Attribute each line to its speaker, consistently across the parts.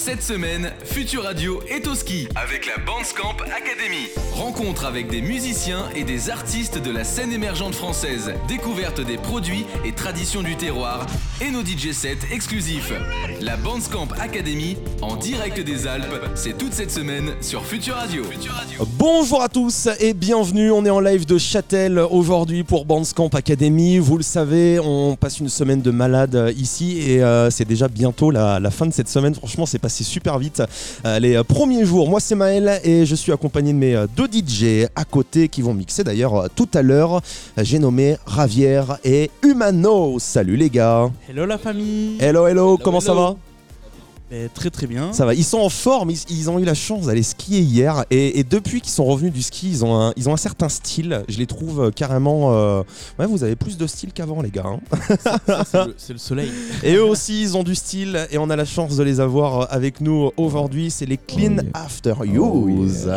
Speaker 1: Cette semaine, Futur Radio est au ski avec la Bandcamp Academy. Rencontre avec des musiciens et des artistes de la scène émergente française. Découverte des produits et traditions du terroir et nos DJ sets exclusifs. La Bandcamp Academy en direct des Alpes, c'est toute cette semaine sur Futur Radio.
Speaker 2: Bonjour à tous et bienvenue, on est en live de Châtel aujourd'hui pour Bandcamp Academy. Vous le savez, on passe une semaine de malade ici et c'est déjà bientôt la fin de cette semaine. Franchement, c'est passé super vite les premiers jours. Moi, c'est Maël et je suis accompagné de mes deux DJ à côté qui vont mixer d'ailleurs tout à l'heure. J'ai nommé Ravière et Humano. Salut les gars.
Speaker 3: Hello la famille.
Speaker 2: Hello, comment ça va ?
Speaker 3: Très très bien.
Speaker 2: Ça va, ils sont en forme, ils ont eu la chance d'aller skier hier et depuis qu'ils sont revenus du ski, ils ont un certain style. Je les trouve carrément... Ouais, vous avez plus de style qu'avant les gars.
Speaker 3: C'est le soleil.
Speaker 2: Et eux aussi, ils ont du style et on a la chance de les avoir avec nous aujourd'hui. C'est les Clean After Use.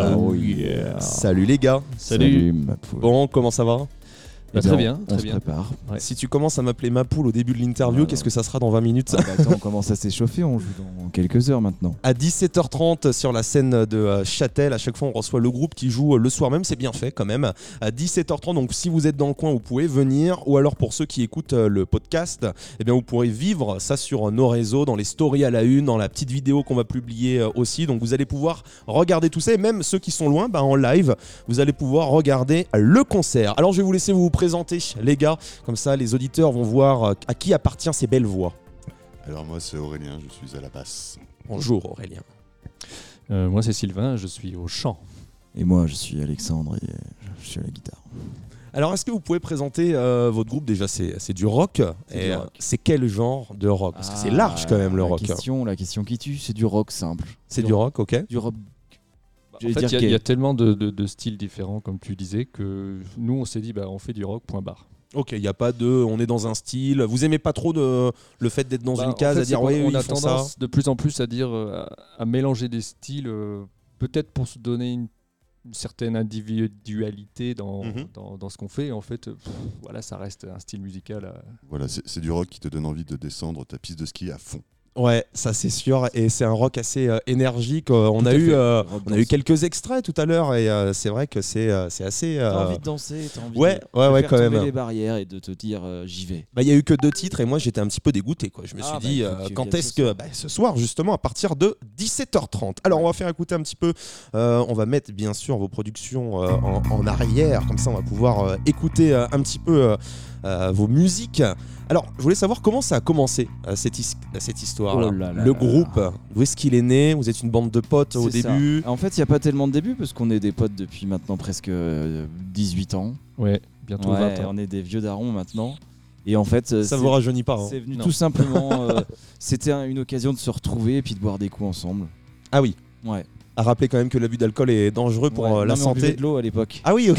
Speaker 2: Salut les gars.
Speaker 4: Salut.
Speaker 2: Bon, comment ça va ?
Speaker 4: Très bien,
Speaker 5: on se prépare.
Speaker 2: Ouais. Si tu commences à m'appeler ma poule au début de l'interview, qu'est-ce que ça sera dans 20 minutes ?
Speaker 5: Attends, on commence à s'échauffer, on joue dans quelques heures maintenant.
Speaker 2: À 17h30 sur la scène de Châtel, à chaque fois on reçoit le groupe qui joue le soir même, c'est bien fait quand même. À 17h30, donc si vous êtes dans le coin, vous pouvez venir. Ou alors pour ceux qui écoutent le podcast, eh bien vous pourrez vivre ça sur nos réseaux, dans les stories à la une, dans la petite vidéo qu'on va publier aussi. Donc vous allez pouvoir regarder tout ça. Et même ceux qui sont loin, en live, vous allez pouvoir regarder le concert. Alors je vais vous laisser vous présenter les gars, comme ça les auditeurs vont voir à qui appartient ces belles voix.
Speaker 6: Alors moi c'est Aurélien, je suis à la basse.
Speaker 2: Bonjour Aurélien.
Speaker 4: Moi c'est Sylvain, je suis au chant.
Speaker 5: Et moi je suis Alexandre et je suis à la guitare.
Speaker 2: Alors est-ce que vous pouvez présenter votre groupe ? Déjà c'est du rock. Et c'est quel genre de rock ? Parce que c'est large quand même le rock.
Speaker 5: La question qui tue, c'est du rock simple.
Speaker 2: C'est du rock, ok.
Speaker 5: Du rock.
Speaker 4: En fait, il y a tellement de styles différents, comme tu disais, que nous, on s'est dit, on fait du rock, point barre.
Speaker 2: Ok, il n'y a pas on est dans un style. Vous aimez pas trop le fait d'être dans une case, à dire
Speaker 4: on a tendance de plus en plus à dire, à mélanger des styles, peut-être pour se donner une certaine individualité dans ce qu'on fait. En fait, ça reste un style musical.
Speaker 6: Voilà, c'est du rock qui te donne envie de descendre ta piste de ski à fond.
Speaker 2: Ouais, ça c'est sûr, et c'est un rock assez énergique. On a eu quelques extraits tout à l'heure, et c'est vrai que c'est assez.
Speaker 5: T'as envie de danser, t'as envie de
Speaker 2: faire
Speaker 5: quand
Speaker 2: même
Speaker 5: tomber les barrières et de te dire j'y vais.
Speaker 2: Il y a eu que 2 titres, et moi j'étais un petit peu dégoûté, quoi. Je me suis dit quand est-ce que ce soir justement à partir de 17h30. Alors on va faire écouter un petit peu. On va mettre bien sûr vos productions en arrière, comme ça on va pouvoir écouter un petit peu vos musiques. Alors, je voulais savoir comment ça a commencé, cette histoire. Le groupe, où est-ce qu'il est né ? Vous êtes une bande de potes au début ?
Speaker 5: En fait, il n'y a pas tellement de début, parce qu'on est des potes depuis maintenant presque 18 ans.
Speaker 4: Ouais, bientôt 20 ans.
Speaker 5: On est des vieux darons maintenant. Et en fait,
Speaker 2: ça vous rajeunit pas.
Speaker 5: C'est venu tout simplement. C'était une occasion de se retrouver et puis de boire des coups ensemble.
Speaker 2: Ah oui.
Speaker 5: Ouais.
Speaker 2: À rappeler quand même que l'abus d'alcool est dangereux pour la santé.
Speaker 5: On buvait de l'eau à l'époque.
Speaker 2: Ah oui, ok.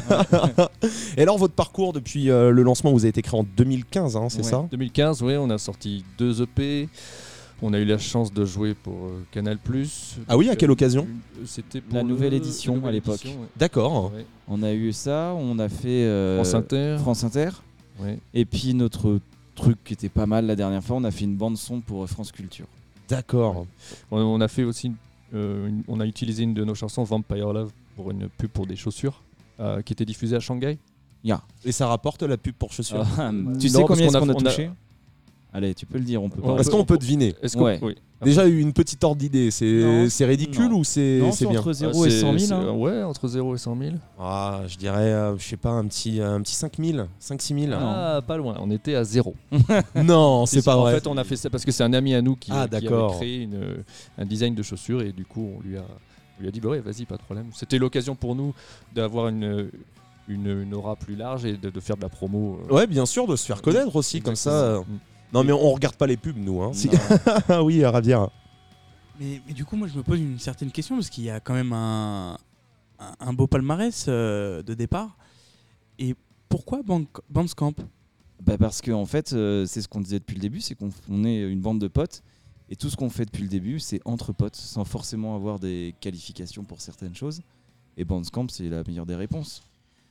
Speaker 2: Et alors votre parcours depuis le lancement, vous avez été créé en 2015, c'est ça ?
Speaker 4: 2015, oui, on a sorti 2 EP. On a eu la chance de jouer pour Canal+.
Speaker 2: Ah oui, à quelle occasion ?
Speaker 4: C'était pour
Speaker 5: la nouvelle édition à l'époque.
Speaker 4: Ouais.
Speaker 2: D'accord.
Speaker 4: Ouais.
Speaker 5: On a eu ça, on a fait France Inter.
Speaker 4: Ouais.
Speaker 5: Et puis notre truc qui était pas mal la dernière fois, on a fait une bande son pour France Culture.
Speaker 2: D'accord.
Speaker 4: On a fait aussi on a utilisé une de nos chansons, Vampire Love, pour une pub pour des chaussures qui était diffusée à Shanghai.
Speaker 2: Et ça rapporte la pub pour chaussures.
Speaker 5: Tu sais combien est-ce qu'on a touché ? Allez, tu peux le dire, on peut pas.
Speaker 2: Est-ce qu'on peut deviner ?
Speaker 5: Oui.
Speaker 2: Déjà eu une petite ordre d'idée, c'est ridicule ou c'est bien ?
Speaker 5: Entre 0 et 100 000
Speaker 4: Ouais, entre 0 et 100 000.
Speaker 2: Ah, je dirais, je sais pas, un petit 5 000, 5-6 000.
Speaker 4: Ah, pas loin, on était à 0.
Speaker 2: Non, c'est pas vrai.
Speaker 4: En fait, on a fait ça parce que c'est un ami à nous qui avait créé un design de chaussures et du coup, on lui a dit, ouais, vas-y, pas de problème. C'était l'occasion pour nous d'avoir une aura plus large et de faire de la promo.
Speaker 2: Ouais, bien sûr, de se faire connaître aussi, exactement. Comme ça. Non, mais on regarde pas les pubs, nous. Oui, Ravière.
Speaker 3: Mais du coup, moi, je me pose une certaine question, parce qu'il y a quand même un beau palmarès de départ. Et pourquoi Bandcamp ?
Speaker 5: Parce que en fait, c'est ce qu'on disait depuis le début, c'est qu'on est une bande de potes. Et tout ce qu'on fait depuis le début, c'est entre potes, sans forcément avoir des qualifications pour certaines choses. Et Bandcamp, c'est la meilleure des réponses.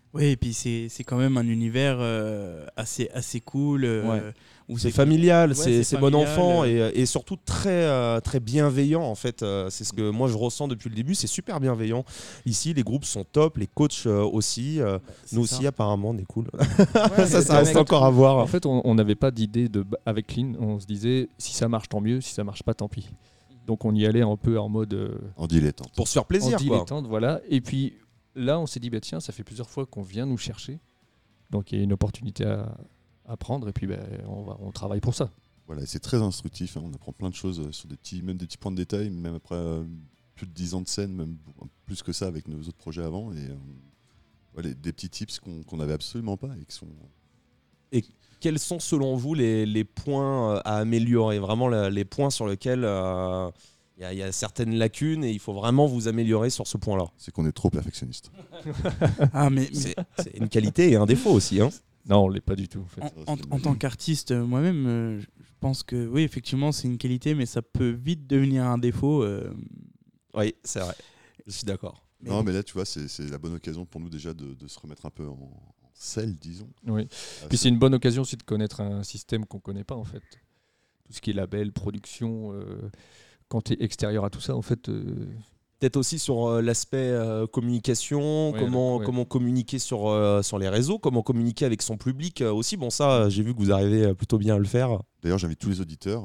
Speaker 3: Oui, et puis c'est quand même un univers assez cool. Où
Speaker 2: c'est familial,
Speaker 3: ouais,
Speaker 2: c'est bon enfant et surtout très, très bienveillant en fait. C'est ce que moi je ressens depuis le début, c'est super bienveillant. Ici, les groupes sont top, les coachs aussi. Nous aussi, apparemment, on est cool.
Speaker 5: Ouais,
Speaker 2: ça reste encore à voir.
Speaker 4: En fait, on n'avait pas d'idée avec Clean. On se disait, si ça marche, tant mieux. Si ça marche pas, tant pis. Donc on y allait un peu en mode...
Speaker 6: en dilettante.
Speaker 2: Pour se faire plaisir.
Speaker 4: En dilettante, voilà. Et puis là, on s'est dit, tiens, ça fait plusieurs fois qu'on vient nous chercher. Donc il y a une opportunité à prendre et puis on travaille pour ça.
Speaker 6: Voilà, c'est très instructif, hein. On apprend plein de choses sur même des petits points de détail, même après plus de 10 ans de scène, même plus que ça avec nos autres projets avant. Et voilà, des petits tips qu'on n'avait absolument pas et qui sont...
Speaker 2: Et quels sont selon vous les points à améliorer, vraiment les points sur lesquels il y a certaines lacunes et il faut vraiment vous améliorer sur ce point-là?
Speaker 6: C'est qu'on est trop perfectionniste.
Speaker 3: Mais
Speaker 2: c'est une qualité et un défaut aussi, hein.
Speaker 4: Non, on l'est pas du tout. En fait.
Speaker 3: En tant qu'artiste, moi-même, je pense que oui, effectivement, c'est une qualité, mais ça peut vite devenir un défaut.
Speaker 2: Oui, c'est vrai. Je suis d'accord.
Speaker 6: Mais là, tu vois, c'est la bonne occasion pour nous déjà de se remettre un peu en selle, disons.
Speaker 4: Oui. Puis c'est une bonne occasion aussi de connaître un système qu'on connaît pas en fait. Tout ce qui est label, production, quand tu es extérieur à tout ça, en fait.
Speaker 2: Peut-être aussi sur l'aspect communication, comment communiquer sur les réseaux, comment communiquer avec son public aussi. Bon, ça, j'ai vu que vous arrivez plutôt bien à le faire.
Speaker 6: D'ailleurs, j'invite tous les auditeurs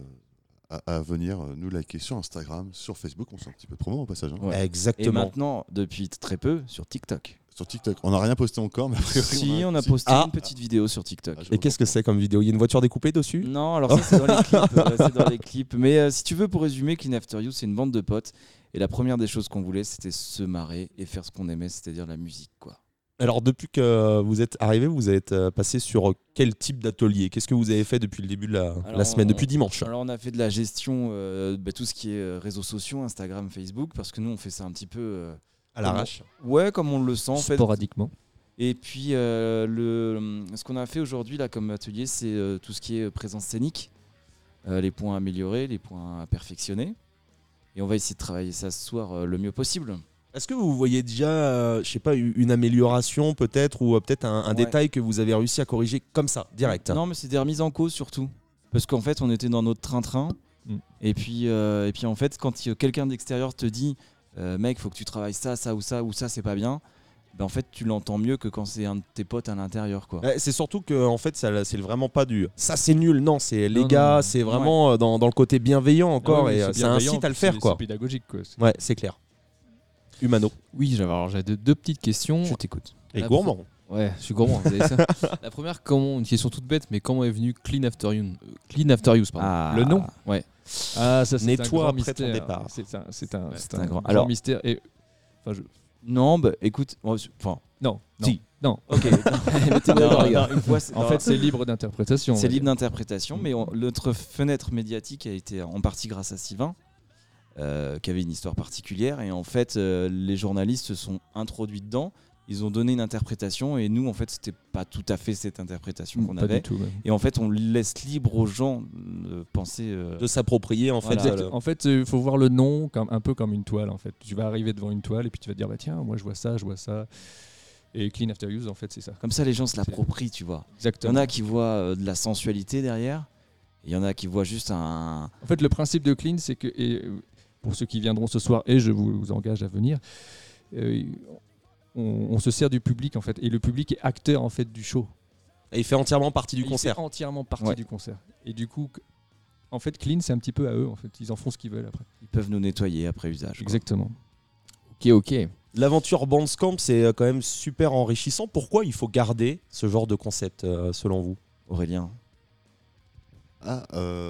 Speaker 6: à venir nous liker sur Instagram, sur Facebook. On fait un petit peu de promo au passage. Hein.
Speaker 2: Ouais. Exactement.
Speaker 5: Et maintenant, depuis très peu, sur TikTok.
Speaker 6: Sur TikTok. On n'a rien posté encore, mais a priori,
Speaker 5: si, on a posté une petite vidéo sur TikTok.
Speaker 2: Et qu'est-ce que c'est comme vidéo? Il y a une voiture découpée dessus?
Speaker 5: Non, alors ça, c'est dans les clips. C'est dans les clips. Mais si tu veux, pour résumer, Clean After You, c'est une bande de potes. Et la première des choses qu'on voulait, c'était se marrer et faire ce qu'on aimait, c'est-à-dire la musique, quoi.
Speaker 2: Alors, depuis que vous êtes arrivé, vous êtes passé sur quel type d'atelier? Qu'est-ce que vous avez fait depuis le début de la semaine, depuis dimanche?
Speaker 5: Alors, on a fait de la gestion, tout ce qui est réseaux sociaux, Instagram, Facebook, parce que nous, on fait ça un petit peu...
Speaker 2: à l'arrache.
Speaker 5: Ouais, comme on le sent, en fait.
Speaker 4: Sporadiquement.
Speaker 5: Et puis, ce qu'on a fait aujourd'hui là, comme atelier, c'est tout ce qui est présence scénique, les points à améliorer, les points à perfectionner. Et on va essayer de travailler ça ce soir le mieux possible.
Speaker 2: Est-ce que vous voyez déjà, je sais pas, une amélioration peut-être, ou peut-être un détail que vous avez réussi à corriger comme ça, direct?
Speaker 5: Non, mais c'est des remises en cause surtout. Parce qu'en fait, on était dans notre train-train. Et puis en fait, quand quelqu'un d'extérieur te dit mec, faut que tu travailles ça, ça ou ça, c'est pas bien. Ben en fait, tu l'entends mieux que quand c'est un de tes potes à l'intérieur, quoi.
Speaker 2: C'est surtout que en fait, c'est vraiment pas du ça c'est nul. Non, c'est les gars, c'est vraiment dans le côté bienveillant encore, et ça incite à le faire, quoi.
Speaker 4: C'est pédagogique, quoi.
Speaker 2: Ouais, c'est clair. Humano.
Speaker 7: Oui, j'ai deux petites questions.
Speaker 2: Je t'écoute. Et gourmand.
Speaker 7: Ouais, je suis gourmand, vous savez ça. La première, une question toute bête, mais comment est venu Clean After You? Clean After You, pardon.
Speaker 4: Le nom?
Speaker 7: Ouais.
Speaker 4: Ah, ça c'est
Speaker 2: Nettoie
Speaker 4: un grand
Speaker 2: après
Speaker 4: mystère.
Speaker 2: ton départ.
Speaker 4: C'est un
Speaker 5: grand
Speaker 4: grand mystère. Et
Speaker 5: non, bah écoute,
Speaker 4: non.
Speaker 5: Si.
Speaker 4: Non.
Speaker 5: Ok.
Speaker 4: En fait, c'est libre d'interprétation.
Speaker 5: C'est libre d'interprétation, mais notre fenêtre médiatique a été en partie grâce à Sylvain, qui avait une histoire particulière. Et en fait, les journalistes se sont introduits dedans. Ils ont donné une interprétation, et nous, en fait, c'était pas tout à fait cette interprétation qu'on avait.
Speaker 4: Du tout, ouais.
Speaker 5: Et en fait, on laisse libre aux gens de penser,
Speaker 2: de s'approprier en fait.
Speaker 4: En fait, il faut voir le nom un peu comme une toile. En fait, tu vas arriver devant une toile et puis tu vas te dire tiens, moi je vois ça. Et Clean After Use, en fait, c'est ça.
Speaker 5: Comme ça, les gens se l'approprient, tu vois.
Speaker 4: Exactement.
Speaker 5: Il y en a qui voient de la sensualité derrière, et il y en a qui voient juste un.
Speaker 4: En fait, le principe de Clean, c'est que, et pour ceux qui viendront ce soir, et je vous engage à venir, on se sert du public, en fait, et le public est acteur, en fait, du show.
Speaker 2: Et il fait entièrement partie du concert.
Speaker 4: Il fait entièrement partie du concert. Et du coup, en fait, Clean, c'est un petit peu à eux, en fait. Ils en font ce qu'ils veulent après.
Speaker 5: Ils peuvent nous nettoyer après usage.
Speaker 4: Exactement.
Speaker 7: Ok.
Speaker 2: L'aventure Bandscamp, c'est quand même super enrichissant. Pourquoi il faut garder ce genre de concept, selon vous,
Speaker 5: Aurélien?
Speaker 6: Parce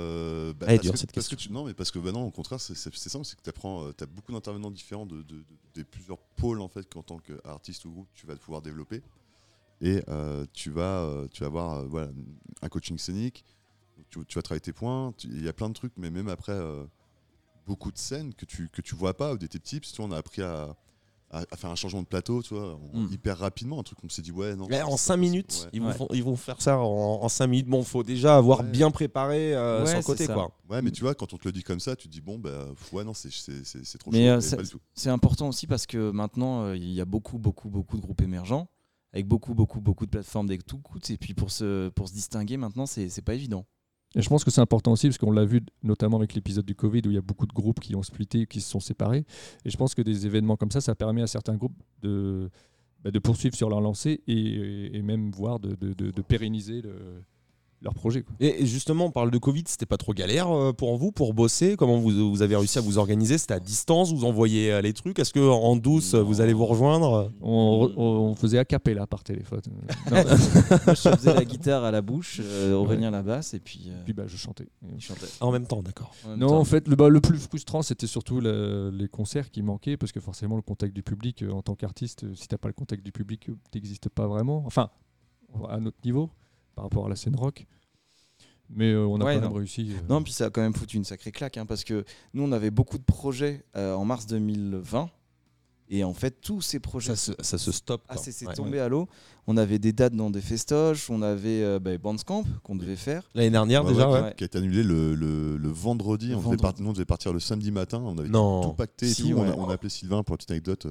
Speaker 6: que non, au contraire, c'est simple, c'est que tu as beaucoup d'intervenants différents des plusieurs pôles en fait, qu'en tant qu'artiste ou groupe, tu vas pouvoir développer. Et tu vas avoir un coaching scénique, tu vas travailler tes points, il y a plein de trucs, mais même après, beaucoup de scènes que tu vois pas, ou des tips, tu vois, on a appris à faire un changement de plateau, tu vois, hyper rapidement, un truc qu'on s'est dit
Speaker 2: en 5 minutes, ils vont faire ça en 5 minutes. Bon, faut déjà avoir bien préparé sur le côté, quoi.
Speaker 6: Ouais, mais tu vois, quand on te le dit comme ça, tu te dis bon, c'est trop
Speaker 5: mais
Speaker 6: chaud.
Speaker 5: c'est important aussi parce que maintenant, il y a beaucoup de groupes émergents avec beaucoup de plateformes des tout coûts. Et puis pour se distinguer maintenant, c'est pas évident.
Speaker 4: Et je pense que c'est important aussi parce qu'on l'a vu notamment avec l'épisode du Covid où il y a beaucoup de groupes qui ont splitté, qui se sont séparés. Et je pense que des événements comme ça permet à certains groupes de poursuivre sur leur lancée et même voire de pérenniser leur projet, quoi.
Speaker 2: Et justement, on parle de Covid, c'était pas trop galère pour vous, pour bosser? Comment vous avez réussi à vous organiser? C'était à distance, vous envoyez les trucs? Est-ce qu'en douce, vous allez vous rejoindre?
Speaker 4: On faisait a cappella par téléphone.
Speaker 5: Moi, je faisais la guitare à la bouche, Aurélien la basse, et puis
Speaker 4: je chantais.
Speaker 2: En même temps, d'accord.
Speaker 4: En fait, le plus frustrant, c'était surtout les concerts qui manquaient, parce que forcément, le contact du public, en tant qu'artiste, si t'as pas le contact du public, t'existes pas vraiment. Enfin, à notre niveau, par rapport à la scène rock. Mais on a quand même réussi.
Speaker 5: Non, puis ça a quand même foutu une sacrée claque, parce que nous, on avait beaucoup de projets en mars 2020. Et en fait, tous ces projets...
Speaker 2: Ça se stoppe.
Speaker 5: C'est tombé à l'eau. On avait des dates dans des festoches, on avait Bandscamp qu'on devait faire.
Speaker 2: L'année dernière déjà,
Speaker 6: qui a été annulé le vendredi. Nous, on devait partir le samedi matin. On avait tout pacté et tout. On a appelé Sylvain, pour une petite anecdote,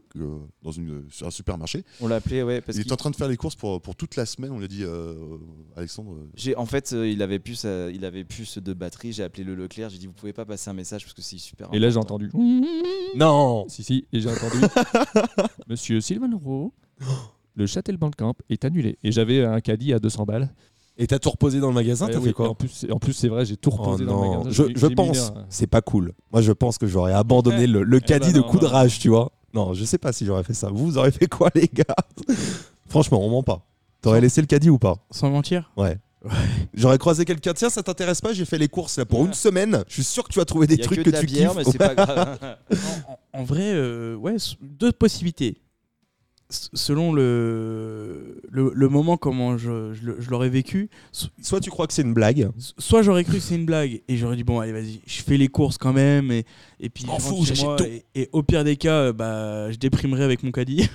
Speaker 6: sur un supermarché.
Speaker 5: On l'a appelé, parce
Speaker 6: qu'il était en train de faire les courses pour toute la semaine. On lui a dit, Alexandre...
Speaker 5: En fait, il avait plus de batterie. J'ai appelé le Leclerc. J'ai dit, vous pouvez pas passer un message parce que c'est super important.
Speaker 4: Et là, j'ai entendu...
Speaker 2: Non.
Speaker 4: Si, et j'ai entendu Monsieur Sylvain Leroux, le Châtel Bandcamp est annulé. Et j'avais un caddie à 200 balles.
Speaker 2: Et t'as tout reposé dans le magasin? T'as fait quoi?
Speaker 4: En plus, c'est vrai, j'ai tout reposé dans le magasin.
Speaker 2: Je pense, c'est pas cool. Moi, je pense que j'aurais abandonné le caddie de coup de rage, tu vois. Non, je sais pas si j'aurais fait ça. Vous aurez fait quoi, les gars? Franchement, on ment pas. T'aurais laissé le caddie ou pas?
Speaker 3: Sans mentir?
Speaker 2: Ouais. J'aurais croisé quelqu'un, tiens, ça t'intéresse pas, j'ai fait les courses là pour une semaine, je suis sûr que tu vas trouver des trucs que tu kiffes.
Speaker 5: Mais c'est pas grave.
Speaker 3: En vrai, deux possibilités. Selon le moment, comment je l'aurais vécu.
Speaker 2: Soit tu crois que c'est une blague,
Speaker 3: soit j'aurais cru que c'est une blague et j'aurais dit bon allez vas-y, je fais les courses quand même et puis
Speaker 2: m'en fous, j'achète tout.
Speaker 3: Et au pire des cas, je déprimerai avec mon caddie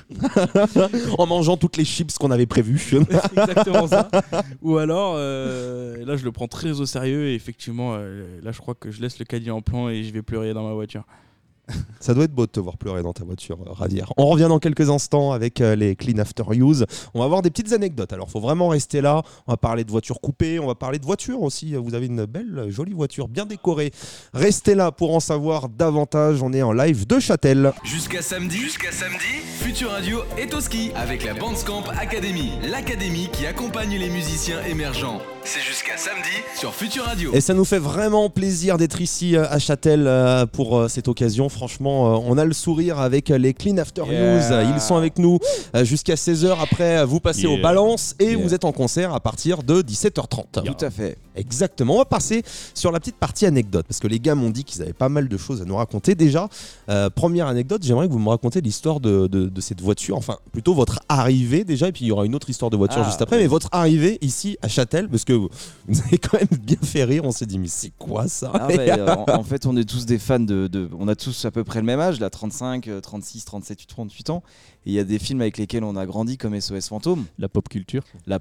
Speaker 2: en mangeant toutes les chips qu'on avait prévues.
Speaker 3: C'est exactement ça. Ou alors là je le prends très au sérieux et effectivement là je crois que je laisse le caddie en plan et je vais pleurer dans ma voiture.
Speaker 2: Ça doit être beau de te voir pleurer dans ta voiture, Radière. On revient dans quelques instants avec les Clean After Use. On va avoir des petites anecdotes. Alors, il faut vraiment rester là. On va parler de voitures coupées. On va parler de voitures aussi. Vous avez une belle, jolie voiture, bien décorée. Restez là pour en savoir davantage. On est en live de Châtel.
Speaker 1: Jusqu'à samedi, Futur Radio est au ski avec la Bandscamp Academy. L'académie qui accompagne les musiciens émergents. C'est jusqu'à samedi sur Futur Radio.
Speaker 2: Et ça nous fait vraiment plaisir d'être ici à Châtel pour cette occasion. Franchement, on a le sourire avec les Clean After News. Ils sont avec nous jusqu'à 16h. Après, vous passez aux balances et vous êtes en concert à partir de 17h30.
Speaker 5: Tout à fait.
Speaker 2: Exactement. On va passer sur la petite partie anecdote parce que les gars m'ont dit qu'ils avaient pas mal de choses à nous raconter. Déjà, première anecdote, j'aimerais que vous me racontiez l'histoire de cette voiture. Enfin, plutôt votre arrivée déjà. Et puis, il y aura une autre histoire de voiture juste après. Mais votre arrivée ici à Châtel, parce que vous avez quand même bien fait rire. On s'est dit, mais c'est quoi ça?
Speaker 5: En fait, on est tous des fans on a tous à peu près le même âge, là, 35, 36, 37, 38 ans. Et il y a des films avec lesquels on a grandi comme SOS Fantôme.
Speaker 4: La pop culture.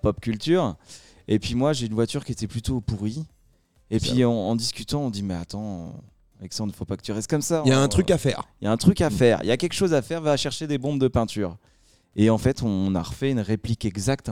Speaker 5: Et puis moi, j'ai une voiture qui était plutôt pourrie. Et puis en discutant, on dit, mais attends, Alexandre, faut pas que tu restes comme ça.
Speaker 2: Il y a un truc à faire.
Speaker 5: Il y a quelque chose à faire, va chercher des bombes de peinture. Et en fait, on a refait une réplique exacte.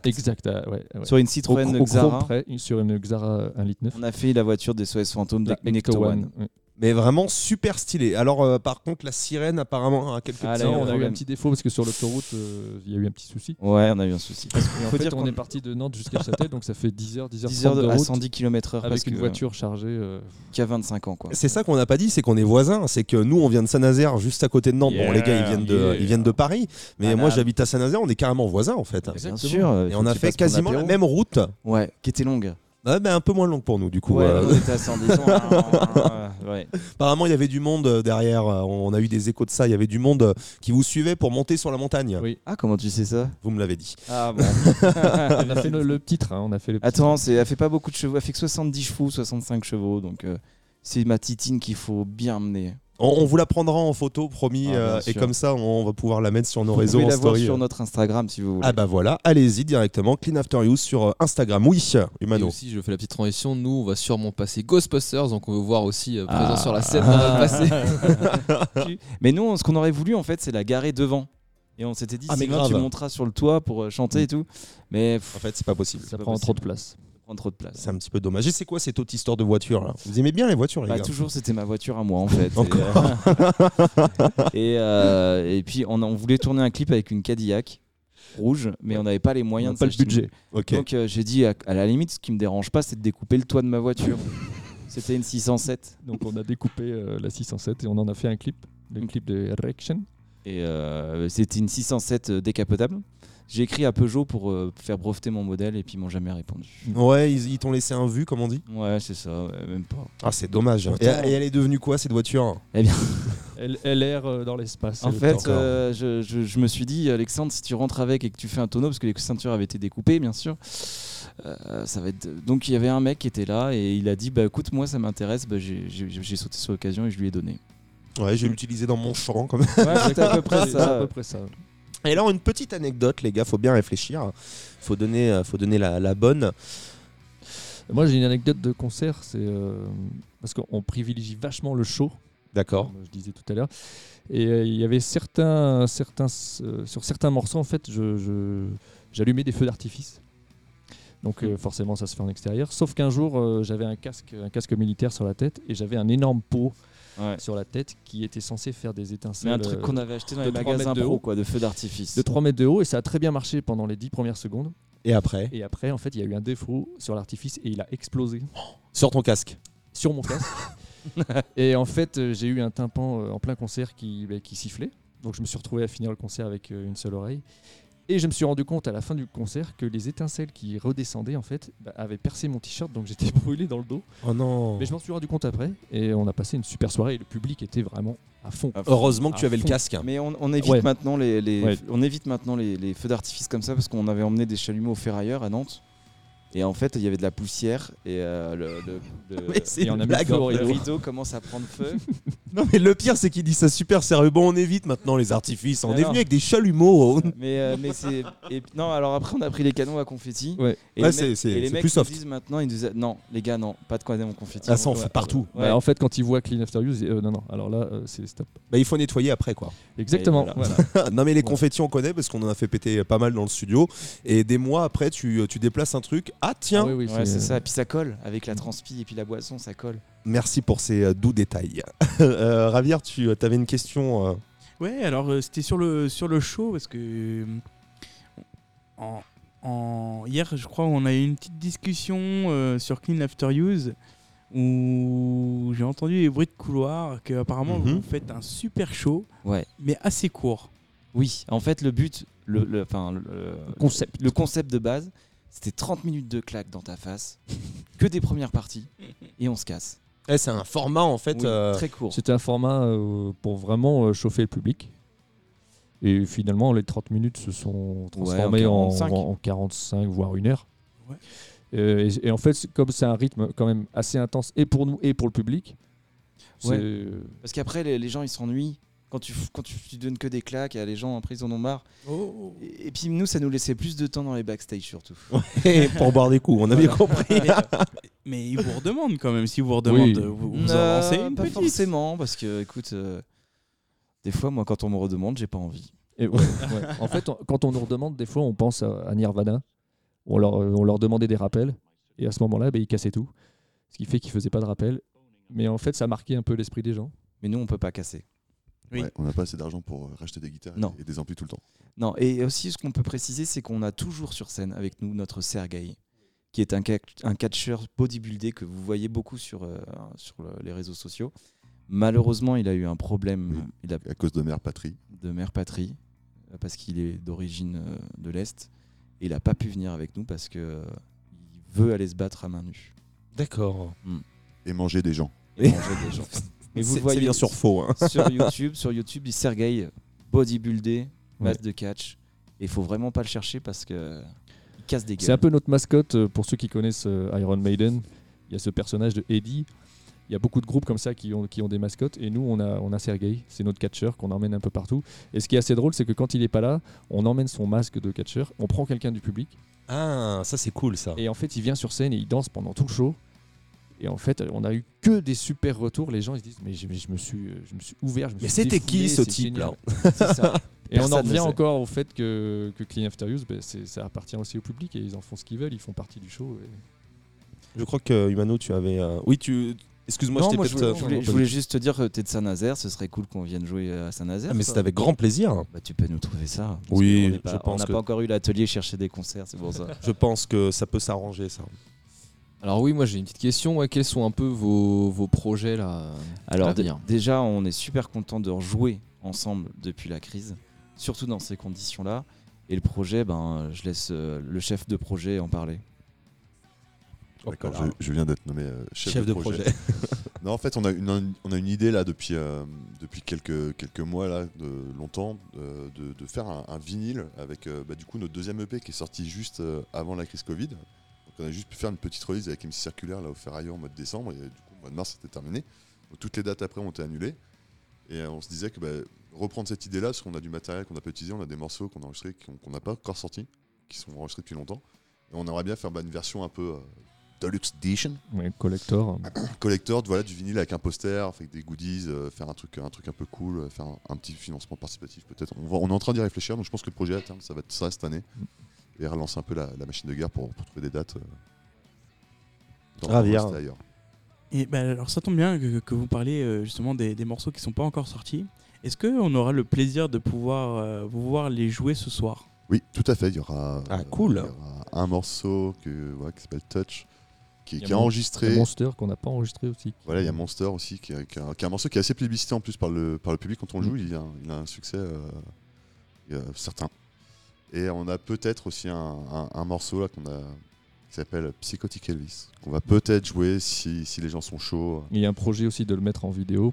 Speaker 5: Sur une Citroën Xara.
Speaker 4: Sur une Xara 1,9 litre.
Speaker 5: On a fait la voiture des SOS Fantôme de Ecto One.
Speaker 2: Mais vraiment super stylé. Alors par contre la sirène apparemment a quelques petits...
Speaker 4: on a eu un petit défaut parce que sur l'autoroute il y a eu un petit souci.
Speaker 5: Ouais, on a eu un souci.
Speaker 4: Parce qu'en fait on est parti de Nantes jusqu'à Châtel, donc ça fait 10 heures de route
Speaker 5: à 110 km/h
Speaker 4: avec une voiture chargée
Speaker 5: qui a 25 ans quoi.
Speaker 2: C'est ça qu'on n'a pas dit, c'est qu'on est voisins, c'est que nous on vient de Saint-Nazaire juste à côté de Nantes. Bon les gars ils viennent de Paris, mais moi j'habite à Saint-Nazaire, on est carrément voisins en fait.
Speaker 5: Bien sûr.
Speaker 2: Et on a fait quasiment la même route.
Speaker 5: Ouais, qui était longue.
Speaker 2: Un peu moins long pour nous du coup.
Speaker 5: Ouais, on était à 110. Ouais.
Speaker 2: Apparemment il y avait du monde derrière, on a eu des échos de ça, il y avait du monde qui vous suivait pour monter sur la montagne.
Speaker 4: Oui.
Speaker 5: Ah, comment tu sais ça?
Speaker 2: Vous me l'avez dit.
Speaker 5: Ah bon.
Speaker 4: On a fait le petit train,
Speaker 5: Attends, elle fait pas beaucoup de chevaux, elle fait que 70 chevaux, 65 chevaux, donc c'est ma titine qu'il faut bien mener.
Speaker 2: On vous la prendra en photo, promis, et comme ça on va pouvoir la mettre sur nos réseaux en story.
Speaker 5: Vous pouvez la voir sur notre Instagram si vous voulez.
Speaker 2: Ah bah voilà, allez-y directement, Clean After Use sur Instagram. Oui, Humano.
Speaker 7: Et aussi, je fais la petite transition, nous on va sûrement passer Ghostbusters, donc on veut voir aussi présent sur la scène dans le passé.
Speaker 5: Mais nous, ce qu'on aurait voulu en fait, c'est la garer devant. Et on s'était dit,
Speaker 2: mais
Speaker 5: Sylvain,
Speaker 2: grave.
Speaker 5: tu monteras sur le toit pour chanter et tout. Mais
Speaker 2: En fait, c'est pas possible.
Speaker 4: Ça prend trop de place.
Speaker 5: prendre trop de place.
Speaker 2: C'est un petit peu dommage. Et c'est quoi cette autre histoire de voiture là? Vous aimez bien les voitures, les gars?
Speaker 5: Toujours, c'était ma voiture à moi en fait.
Speaker 2: Encore.
Speaker 5: Et puis on voulait tourner un clip avec une Cadillac rouge, mais on n'avait pas les moyens de
Speaker 4: pas le
Speaker 5: s'acheter
Speaker 4: budget.
Speaker 2: Ok.
Speaker 5: Donc j'ai dit à la limite, ce qui me dérange pas, c'est de découper le toit de ma voiture. C'était une 607.
Speaker 4: Donc on a découpé la 607 et on en a fait un clip, le clip de Erection.
Speaker 5: Et c'était une 607 décapotable. J'ai écrit à Peugeot pour faire breveter mon modèle et puis ils m'ont jamais répondu.
Speaker 2: Ouais, ils t'ont laissé un vu, comme on dit.
Speaker 5: Ouais, c'est ça, même pas.
Speaker 2: Ah, c'est dommage.
Speaker 5: Pourtant-
Speaker 2: Et elle est devenue quoi cette voiture?
Speaker 5: Eh bien,
Speaker 4: Elle erre dans l'espace.
Speaker 5: en
Speaker 4: le
Speaker 5: fait,
Speaker 4: temps.
Speaker 5: je me suis dit, Alexandre, si tu rentres avec et que tu fais un tonneau, parce que les ceintures avaient été découpées, bien sûr, ça va être. Donc il y avait un mec qui était là et il a dit, bah écoute, moi ça m'intéresse, bah, j'ai sauté sur l'occasion et je lui ai donné.
Speaker 2: Ouais, j'ai utilisé dans mon champ quand même.
Speaker 5: Ouais, c'était à peu près
Speaker 4: C'est à
Speaker 5: ça.
Speaker 4: peu près ça.
Speaker 2: Et alors, une petite anecdote, les gars, faut bien réfléchir. Faut donner la bonne.
Speaker 4: Moi j'ai une anecdote de concert, c'est parce qu'on privilégie vachement le show.
Speaker 2: D'accord.
Speaker 4: Comme je disais tout à l'heure. Et il y avait sur certains morceaux, en fait, j'allumais des feux d'artifice. Donc forcément, ça se fait en extérieur. Sauf qu'un jour, j'avais un casque militaire sur la tête et j'avais un énorme pot sur la tête qui était censé faire des étincelles.
Speaker 5: Mais un truc qu'on avait acheté dans
Speaker 4: de
Speaker 5: les
Speaker 4: 3
Speaker 5: magasins
Speaker 4: mètres de
Speaker 5: pro,
Speaker 4: haut.
Speaker 5: quoi, de feux d'artifice.
Speaker 4: De 3 mètres de haut, et ça a très bien marché pendant les 10 premières secondes.
Speaker 2: Et après,
Speaker 4: Et après, en fait, il y a eu un défaut sur l'artifice et il a explosé
Speaker 2: sur ton casque.
Speaker 4: sur mon casque. Et en fait, j'ai eu un tympan en plein concert qui sifflait. Donc je me suis retrouvé à finir le concert avec une seule oreille. Et je me suis rendu compte à la fin du concert que les étincelles qui redescendaient en fait avaient percé mon t-shirt, donc j'étais brûlé dans le dos.
Speaker 2: Oh non.
Speaker 4: Mais je m'en suis rendu compte après et on a passé une super soirée et le public était vraiment à fond.
Speaker 2: Heureusement que tu
Speaker 4: À
Speaker 2: avais le
Speaker 4: fond.
Speaker 2: casque.
Speaker 5: Mais on évite
Speaker 4: Ouais.
Speaker 5: maintenant
Speaker 4: Ouais.
Speaker 5: on évite maintenant les feux d'artifice comme ça parce qu'on avait emmené des chalumeaux au ferrailleur à Nantes. Et en fait, il y avait de la poussière et
Speaker 2: Mais c'est
Speaker 4: et on
Speaker 2: une
Speaker 4: a mis
Speaker 2: blague,
Speaker 4: le feu
Speaker 2: en
Speaker 4: au
Speaker 2: fait.
Speaker 5: le
Speaker 4: rideau.
Speaker 5: rideau commence à prendre feu.
Speaker 2: Non, mais le pire, c'est qu'il dit ça super sérieux. Bon, on évite maintenant les artifices. On est
Speaker 5: Alors.
Speaker 2: venu avec des chalumeaux.
Speaker 5: mais c'est non, alors après on a pris les canons à confetti.
Speaker 4: Ouais.
Speaker 5: Et
Speaker 2: Ouais,
Speaker 5: les mecs,
Speaker 2: c'est
Speaker 5: et les mecs
Speaker 2: plus
Speaker 5: nous
Speaker 2: soft.
Speaker 5: disent maintenant, ils nous disent non, les gars, non, pas de canons à confetti.
Speaker 2: Ah, ça, on fait partout.
Speaker 5: Ouais.
Speaker 4: Bah, en fait, quand ils voient Clean After Use, non, alors là, c'est stop.
Speaker 2: Bah, il faut nettoyer après, quoi.
Speaker 4: Exactement.
Speaker 5: Et
Speaker 4: voilà.
Speaker 2: Non, mais les confettis, on connaît parce qu'on en a fait péter pas mal dans le studio. Et des mois après, tu déplaces un truc. Ah, tiens.
Speaker 4: Ah oui, oui,
Speaker 5: Ouais, c'est ça. Et puis ça colle avec la transpi et puis la boisson, ça colle.
Speaker 2: Merci pour ces doux détails. Ravière, tu avais une question.
Speaker 3: Ouais, alors c'était sur le show parce que hier, je crois, on a eu une petite discussion sur Clean After Use où j'ai entendu les bruits de couloir qu'apparemment vous faites un super show,
Speaker 5: Ouais.
Speaker 3: mais assez court.
Speaker 5: Oui, en fait, le but, le concept de base, c'était 30 minutes de claque dans ta face, que des premières parties, et on se casse.
Speaker 2: C'est un format en fait.
Speaker 5: Oui, très court.
Speaker 4: C'était un format pour vraiment chauffer le public. Et finalement, les 30 minutes se sont transformées
Speaker 5: en 45.
Speaker 4: en 45, voire 1 heure.
Speaker 3: Ouais.
Speaker 4: Et en fait, comme c'est un rythme quand même assez intense, et pour nous et pour le public, c'est-
Speaker 5: Parce qu'après, les gens, ils s'ennuient. Quand tu donnes que des claques, les gens, après, ils en ont marre. Et puis nous, ça nous laissait plus de temps dans les backstage, surtout.
Speaker 2: pour boire des coups, on a bien compris.
Speaker 3: Mais ils vous redemandent quand même, si vous redemandent,
Speaker 4: Oui.
Speaker 3: vous avancez une
Speaker 5: Pas
Speaker 3: petite.
Speaker 5: forcément, parce que, écoute, des fois, moi, quand on me redemande, j'ai pas envie.
Speaker 4: Et ouais. En fait, quand on nous redemande, des fois, on pense à Nirvana. On leur demandait des rappels. Et à ce moment-là, ils cassaient tout. Ce qui fait qu'ils faisaient pas de rappels. Mais en fait, ça marquait un peu l'esprit des gens.
Speaker 5: Mais nous, on peut pas casser.
Speaker 3: Oui.
Speaker 6: Ouais, on n'a pas assez d'argent pour racheter des guitares
Speaker 5: Non.
Speaker 6: et des amplis tout le temps.
Speaker 5: Non, et aussi, ce qu'on peut préciser, c'est qu'on a toujours sur scène avec nous notre Sergei, qui est un catcheur bodybuildé que vous voyez beaucoup sur les réseaux sociaux. Malheureusement, il a eu un problème
Speaker 6: À cause de Mère Patrie.
Speaker 5: de mère patrie, parce qu'il est d'origine de l'Est, et il n'a pas pu venir avec nous parce que il veut aller se battre à main nue.
Speaker 2: D'accord.
Speaker 6: Et manger des gens.
Speaker 5: Et manger des gens. Mais vous le
Speaker 2: C'est
Speaker 5: voyez
Speaker 2: bien sûr faux. Hein.
Speaker 5: sur YouTube, il Sergei bodybuildé, masse de catch, et il faut vraiment pas le chercher parce que il casse des gueules.
Speaker 4: C'est un peu notre mascotte pour ceux qui connaissent Iron Maiden. Il y a ce personnage de Eddie. Il y a beaucoup de groupes comme ça qui ont des mascottes. Et nous, on a Sergei. C'est notre catcheur qu'on emmène un peu partout. Et ce qui est assez drôle, c'est que quand il est pas là, on emmène son masque de catcheur. On prend quelqu'un du public.
Speaker 2: Ah, ça c'est cool ça.
Speaker 4: Et en fait, il vient sur scène et il danse pendant tout le show. Et en fait, on a eu que des super retours. Les gens ils se disent mais je me suis ouvert. Je me
Speaker 2: Mais
Speaker 4: suis
Speaker 2: c'était qui
Speaker 4: défoulé,
Speaker 2: ce
Speaker 4: c'est
Speaker 2: type
Speaker 4: génial.
Speaker 2: là?
Speaker 5: C'est ça.
Speaker 4: Et on en revient encore au fait que Clean After Use, ça appartient aussi au public et ils en font ce qu'ils veulent, ils font partie du show.
Speaker 2: Je crois que Humano, tu avais... Oui, excuse-moi,
Speaker 5: je voulais juste te dire que t'es de Saint-Nazaire, ce serait cool qu'on vienne jouer à Saint-Nazaire.
Speaker 2: Mais c'est avec grand plaisir.
Speaker 5: Tu peux nous trouver ça.
Speaker 2: Oui,
Speaker 5: on n'a pas encore eu l'atelier chercher des concerts, c'est pour ça.
Speaker 2: Je pense que ça peut s'arranger, ça.
Speaker 7: Alors oui, moi j'ai une petite question. Quels sont un peu vos projets là?
Speaker 5: Alors déjà, on est super content de rejouer ensemble depuis la crise, surtout dans ces conditions-là. Et le projet, je laisse le chef de projet en parler.
Speaker 6: D'accord, je viens d'être nommé chef de projet. Non, en fait, on a une idée là depuis quelques mois là, longtemps, de faire un vinyle avec du coup notre deuxième EP qui est sorti juste avant la crise Covid. Donc on a juste pu faire une petite release avec MC Circulaire là au Ferraillon en mois de décembre et du coup au mois de mars c'était terminé. Donc, toutes les dates après ont été annulées et on se disait que reprendre cette idée là, parce qu'on a du matériel qu'on n'a pas utilisé, on a des morceaux qu'on a enregistrés qu'on n'a pas encore sortis, qui sont enregistrés depuis longtemps. Et on aimerait bien faire une version un peu Deluxe Edition.
Speaker 4: Ouais, collector.
Speaker 6: Collector, voilà, du vinyle avec un poster, avec des goodies, faire un truc un peu cool, faire un petit financement participatif peut-être. On est en train d'y réfléchir, donc je pense que le projet à terme, ça va être ça cette année. Et relancer un peu la machine de guerre pour trouver des dates ailleurs.
Speaker 3: Et alors ça tombe bien que vous parliez justement des morceaux qui ne sont pas encore sortis. Est-ce qu'on aura le plaisir de pouvoir vous voir les jouer ce soir?
Speaker 6: Oui, tout à fait. Il y aura,
Speaker 2: cool.
Speaker 6: Il y aura un morceau qui s'appelle Touch, qui est enregistré.
Speaker 4: Il y a Monster qu'on n'a pas enregistré aussi.
Speaker 6: Voilà, il y a Monster aussi, qui est un morceau qui est assez plébiscité en plus par le public quand on joue. Il a un succès certain. Et on a peut-être aussi un morceau là qui s'appelle Psychotic Elvis, qu'on va peut-être jouer si les gens sont chauds.
Speaker 4: Il y a un projet aussi de le mettre en vidéo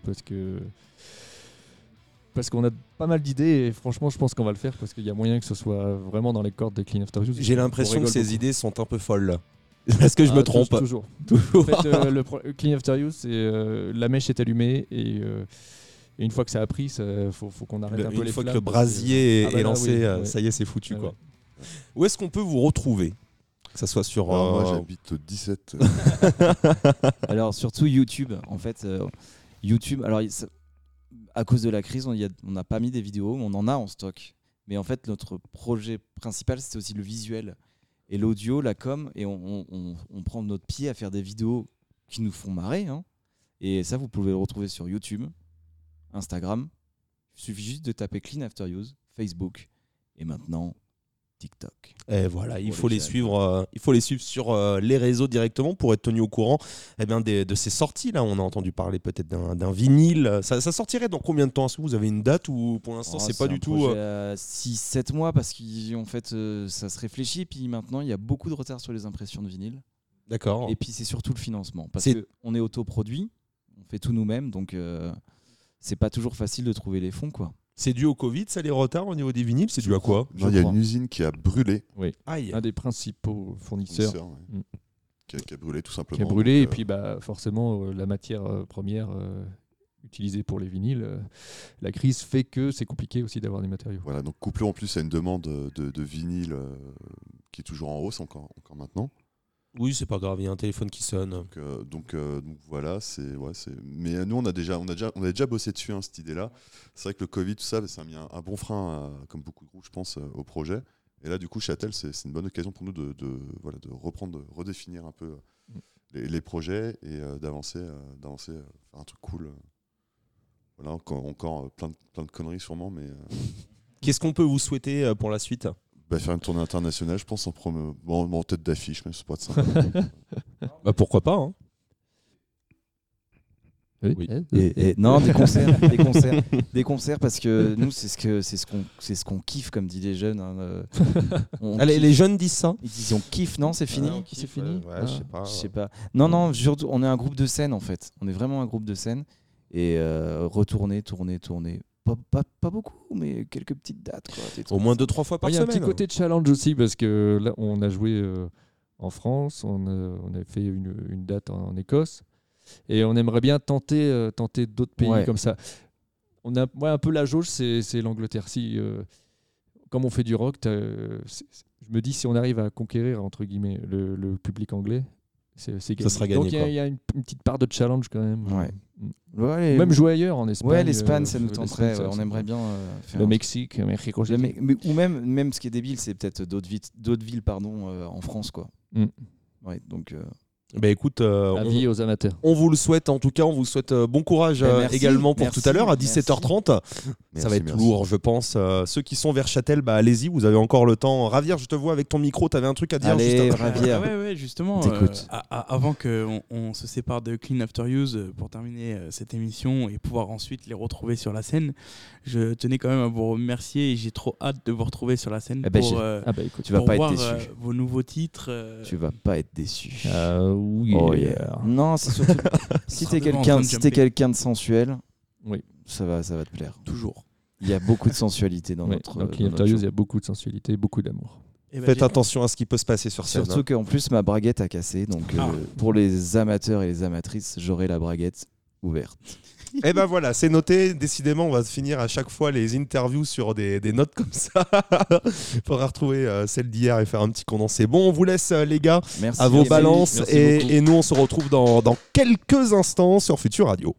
Speaker 4: parce qu'on a pas mal d'idées et franchement je pense qu'on va le faire parce qu'il y a moyen que ce soit vraiment dans les cordes des Clean After Use.
Speaker 2: J'ai l'impression que ces idées sont un peu folles. Est-ce que je me trompe?
Speaker 4: Toujours. En fait, le Clean After Use, c'est la mèche est allumée et une fois que ça a pris, faut qu'on arrête un peu les flammes.
Speaker 2: Une fois que le brasier est lancé, ça y est, c'est foutu. Quoi. Où est-ce qu'on peut vous retrouver? Que ça soit sur...
Speaker 6: moi j'habite au 17.
Speaker 5: Alors surtout YouTube. En fait, YouTube... Alors, à cause de la crise, on n'a pas mis des vidéos, on en a en stock. Mais en fait, notre projet principal, c'était aussi le visuel et l'audio, la com. Et on prend notre pied à faire des vidéos qui nous font marrer. Hein. Et ça, vous pouvez le retrouver sur YouTube, Instagram. Il suffit juste de taper Clean After Use, Facebook et maintenant TikTok.
Speaker 2: Et voilà, il faut les suivre sur les réseaux directement pour être tenu au courant de ces sorties là. On a entendu parler peut-être d'un vinyle. Ça sortirait dans combien de temps? Est-ce que vous avez une date ou pour l'instant c'est pas du tout
Speaker 5: 6-7 mois parce qu'en fait ça se réfléchit puis maintenant il y a beaucoup de retard sur les impressions de vinyle.
Speaker 2: D'accord.
Speaker 5: Et puis c'est surtout le financement parce qu'on est autoproduit, on fait tout nous-mêmes donc c'est pas toujours facile de trouver les fonds quoi.
Speaker 2: C'est dû au Covid, ça, les retards au niveau des vinyles? C'est dû à quoi?
Speaker 6: Non, il y a une usine qui a brûlé.
Speaker 4: Oui. Un des principaux fournisseurs.
Speaker 6: Qui a brûlé tout simplement.
Speaker 4: Qui a brûlé et puis forcément la matière première utilisée pour les vinyles, la crise fait que c'est compliqué aussi d'avoir des matériaux.
Speaker 6: Voilà, donc couplé en plus à une demande de vinyle qui est toujours en hausse encore maintenant.
Speaker 2: Oui, c'est pas grave, il y a un téléphone qui sonne.
Speaker 6: Donc voilà, mais nous on a déjà bossé dessus cette idée-là. C'est vrai que le Covid, tout ça, ça a mis un bon frein, comme beaucoup de groupes, je pense, au projet. Et là, du coup, Châtel, c'est une bonne occasion pour nous de reprendre, de redéfinir un peu les projets et d'avancer, faire un truc cool. Voilà, encore plein de conneries sûrement, mais.
Speaker 2: Qu'est-ce qu'on peut vous souhaiter pour la suite?
Speaker 6: Faire une tournée internationale, je pense, en tête d'affiche, mais c'est pas de sympa.
Speaker 2: Pourquoi pas hein.
Speaker 5: Oui. Et non, des concerts parce que nous c'est ce qu'on kiffe comme disent les jeunes. Hein.
Speaker 2: Les jeunes disent ça.
Speaker 5: Ils disent on kiffe, non c'est fini.
Speaker 2: C'est fini.
Speaker 5: Je sais pas. Non, surtout, on est un groupe de scène en fait. On est vraiment un groupe de scène et tourner. Pas beaucoup, mais quelques petites dates. Quoi,
Speaker 2: au moins 2-3 fois par semaine.
Speaker 4: Il y a un petit côté de challenge aussi, parce que là, on a joué en France, on a fait une date en Écosse, et on aimerait bien tenter d'autres pays comme ça. On a un peu la jauge, c'est l'Angleterre. Comme on fait du rock, je me dis, si on arrive à conquérir, entre guillemets, le public anglais, c'est gagné.
Speaker 2: Ça sera gagné.
Speaker 4: Donc il y a une petite part de challenge quand même.
Speaker 5: Ouais,
Speaker 4: même jouer ailleurs en Espagne.
Speaker 5: Ouais, l'Espagne, ça nous tenterait. On aimerait bien faire
Speaker 4: le Mexique, Mexico.
Speaker 5: Ou même ce qui est débile, c'est peut-être d'autres villes en France, quoi. Ouais, donc.
Speaker 2: Bah écoute,
Speaker 4: avis aux amateurs.
Speaker 2: On vous le souhaite, en tout cas, on vous souhaite bon courage également pour tout à l'heure à 17h30. Ça va être lourd, je pense. Ceux qui sont vers Châtel, allez-y, vous avez encore le temps. Ravière, je te vois avec ton micro, tu avais un truc à dire.
Speaker 5: Allez, Ravière.
Speaker 3: Ouais, justement. Avant qu'on se sépare de Clean After Use pour terminer cette émission et pouvoir ensuite les retrouver sur la scène, je tenais quand même à vous remercier et j'ai trop hâte de vous retrouver sur la scène
Speaker 5: écoute, tu vas pas être déçu.
Speaker 3: Vos nouveaux titres.
Speaker 5: Tu vas pas être déçu.
Speaker 4: Oui.
Speaker 5: Oh yeah. Non, c'est surtout si t'es quelqu'un de sensuel, ça va te plaire.
Speaker 3: Toujours.
Speaker 5: Il y a beaucoup de sensualité dans notre.
Speaker 4: Donc il y a beaucoup de sensualité, beaucoup d'amour.
Speaker 2: Faites attention à ce qui peut se passer sur scène.
Speaker 5: Surtout qu'en plus ma braguette a cassé, donc pour les amateurs et les amatrices, j'aurai la braguette ouverte.
Speaker 2: Et ben voilà, c'est noté. Décidément, on va finir à chaque fois les interviews sur des notes comme ça. Il faudra retrouver celle d'hier et faire un petit condensé. Bon, on vous laisse les gars à vos balances et nous on se retrouve dans quelques instants sur Futur Radio.